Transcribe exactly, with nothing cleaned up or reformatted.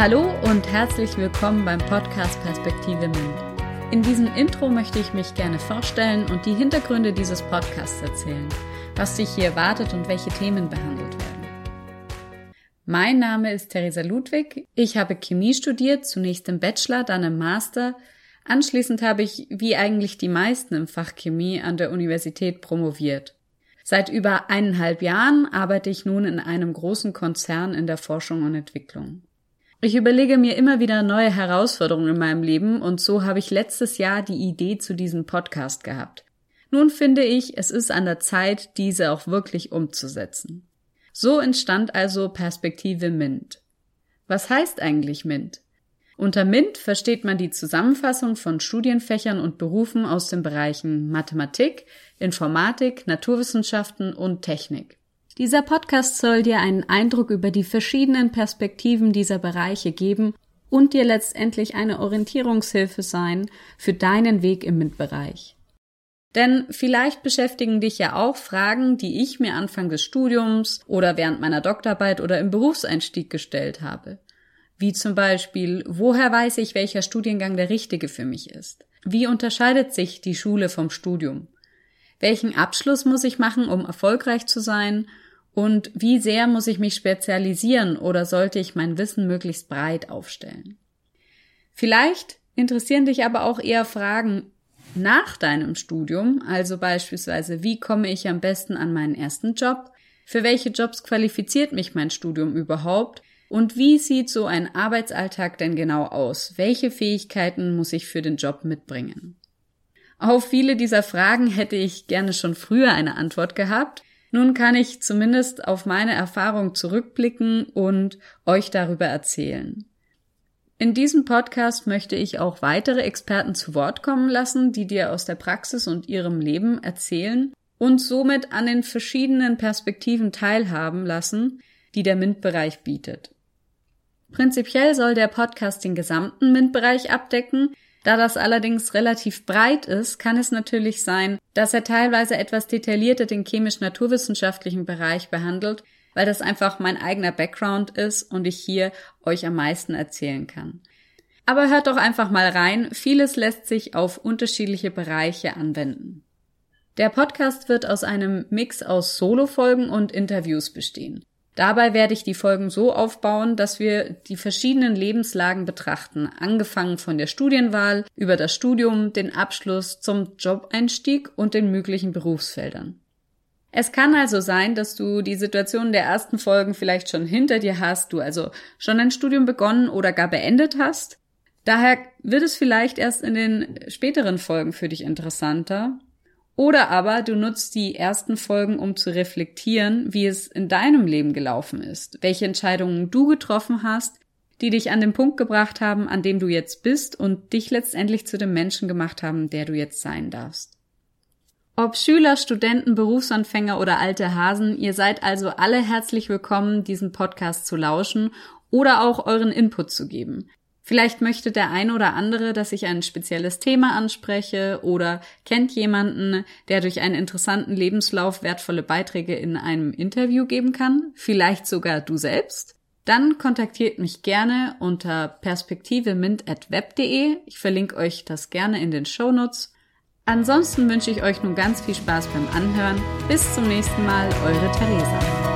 Hallo und herzlich willkommen beim Podcast Perspektive MINT. In diesem Intro möchte ich mich gerne vorstellen und die Hintergründe dieses Podcasts erzählen, was dich hier erwartet und welche Themen behandelt werden. Mein Name ist Theresa Ludwig. Ich habe Chemie studiert, zunächst im Bachelor, dann im Master. Anschließend habe ich, wie eigentlich die meisten im Fach Chemie, an der Universität promoviert. Seit über eineinhalb Jahren arbeite ich nun in einem großen Konzern in der Forschung und Entwicklung. Ich überlege mir immer wieder neue Herausforderungen in meinem Leben und so habe ich letztes Jahr die Idee zu diesem Podcast gehabt. Nun finde ich, es ist an der Zeit, diese auch wirklich umzusetzen. So entstand also Perspektive MINT. Was heißt eigentlich MINT? Unter MINT versteht man die Zusammenfassung von Studienfächern und Berufen aus den Bereichen Mathematik, Informatik, Naturwissenschaften und Technik. Dieser Podcast soll dir einen Eindruck über die verschiedenen Perspektiven dieser Bereiche geben und dir letztendlich eine Orientierungshilfe sein für deinen Weg im MINT-Bereich. Denn vielleicht beschäftigen dich ja auch Fragen, die ich mir Anfang des Studiums oder während meiner Doktorarbeit oder im Berufseinstieg gestellt habe. Wie zum Beispiel, woher weiß ich, welcher Studiengang der richtige für mich ist? Wie unterscheidet sich die Schule vom Studium? Welchen Abschluss muss ich machen, um erfolgreich zu sein? Und wie sehr muss ich mich spezialisieren oder sollte ich mein Wissen möglichst breit aufstellen? Vielleicht interessieren dich aber auch eher Fragen nach deinem Studium, also beispielsweise, wie komme ich am besten an meinen ersten Job? Für welche Jobs qualifiziert mich mein Studium überhaupt? Und wie sieht so ein Arbeitsalltag denn genau aus? Welche Fähigkeiten muss ich für den Job mitbringen? Auf viele dieser Fragen hätte ich gerne schon früher eine Antwort gehabt. Nun kann ich zumindest auf meine Erfahrung zurückblicken und euch darüber erzählen. In diesem Podcast möchte ich auch weitere Experten zu Wort kommen lassen, die dir aus der Praxis und ihrem Leben erzählen und somit an den verschiedenen Perspektiven teilhaben lassen, die der MINT-Bereich bietet. Prinzipiell soll der Podcast den gesamten MINT-Bereich abdecken. Da das allerdings relativ breit ist, kann es natürlich sein, dass er teilweise etwas detaillierter den chemisch-naturwissenschaftlichen Bereich behandelt, weil das einfach mein eigener Background ist und ich hier euch am meisten erzählen kann. Aber hört doch einfach mal rein, vieles lässt sich auf unterschiedliche Bereiche anwenden. Der Podcast wird aus einem Mix aus Solo-Folgen und Interviews bestehen. Dabei werde ich die Folgen so aufbauen, dass wir die verschiedenen Lebenslagen betrachten, angefangen von der Studienwahl, über das Studium, den Abschluss zum Jobeinstieg und den möglichen Berufsfeldern. Es kann also sein, dass du die Situation der ersten Folgen vielleicht schon hinter dir hast, du also schon ein Studium begonnen oder gar beendet hast. Daher wird es vielleicht erst in den späteren Folgen für dich interessanter. Oder aber du nutzt die ersten Folgen, um zu reflektieren, wie es in deinem Leben gelaufen ist, welche Entscheidungen du getroffen hast, die dich an den Punkt gebracht haben, an dem du jetzt bist und dich letztendlich zu dem Menschen gemacht haben, der du jetzt sein darfst. Ob Schüler, Studenten, Berufsanfänger oder alte Hasen, ihr seid also alle herzlich willkommen, diesen Podcast zu lauschen oder auch euren Input zu geben. Vielleicht möchte der ein oder andere, dass ich ein spezielles Thema anspreche oder kennt jemanden, der durch einen interessanten Lebenslauf wertvolle Beiträge in einem Interview geben kann, vielleicht sogar du selbst. Dann kontaktiert mich gerne unter perspektive mint at web punkt de. Ich verlinke euch das gerne in den Shownotes. Ansonsten wünsche ich euch nun ganz viel Spaß beim Anhören. Bis zum nächsten Mal, eure Theresa.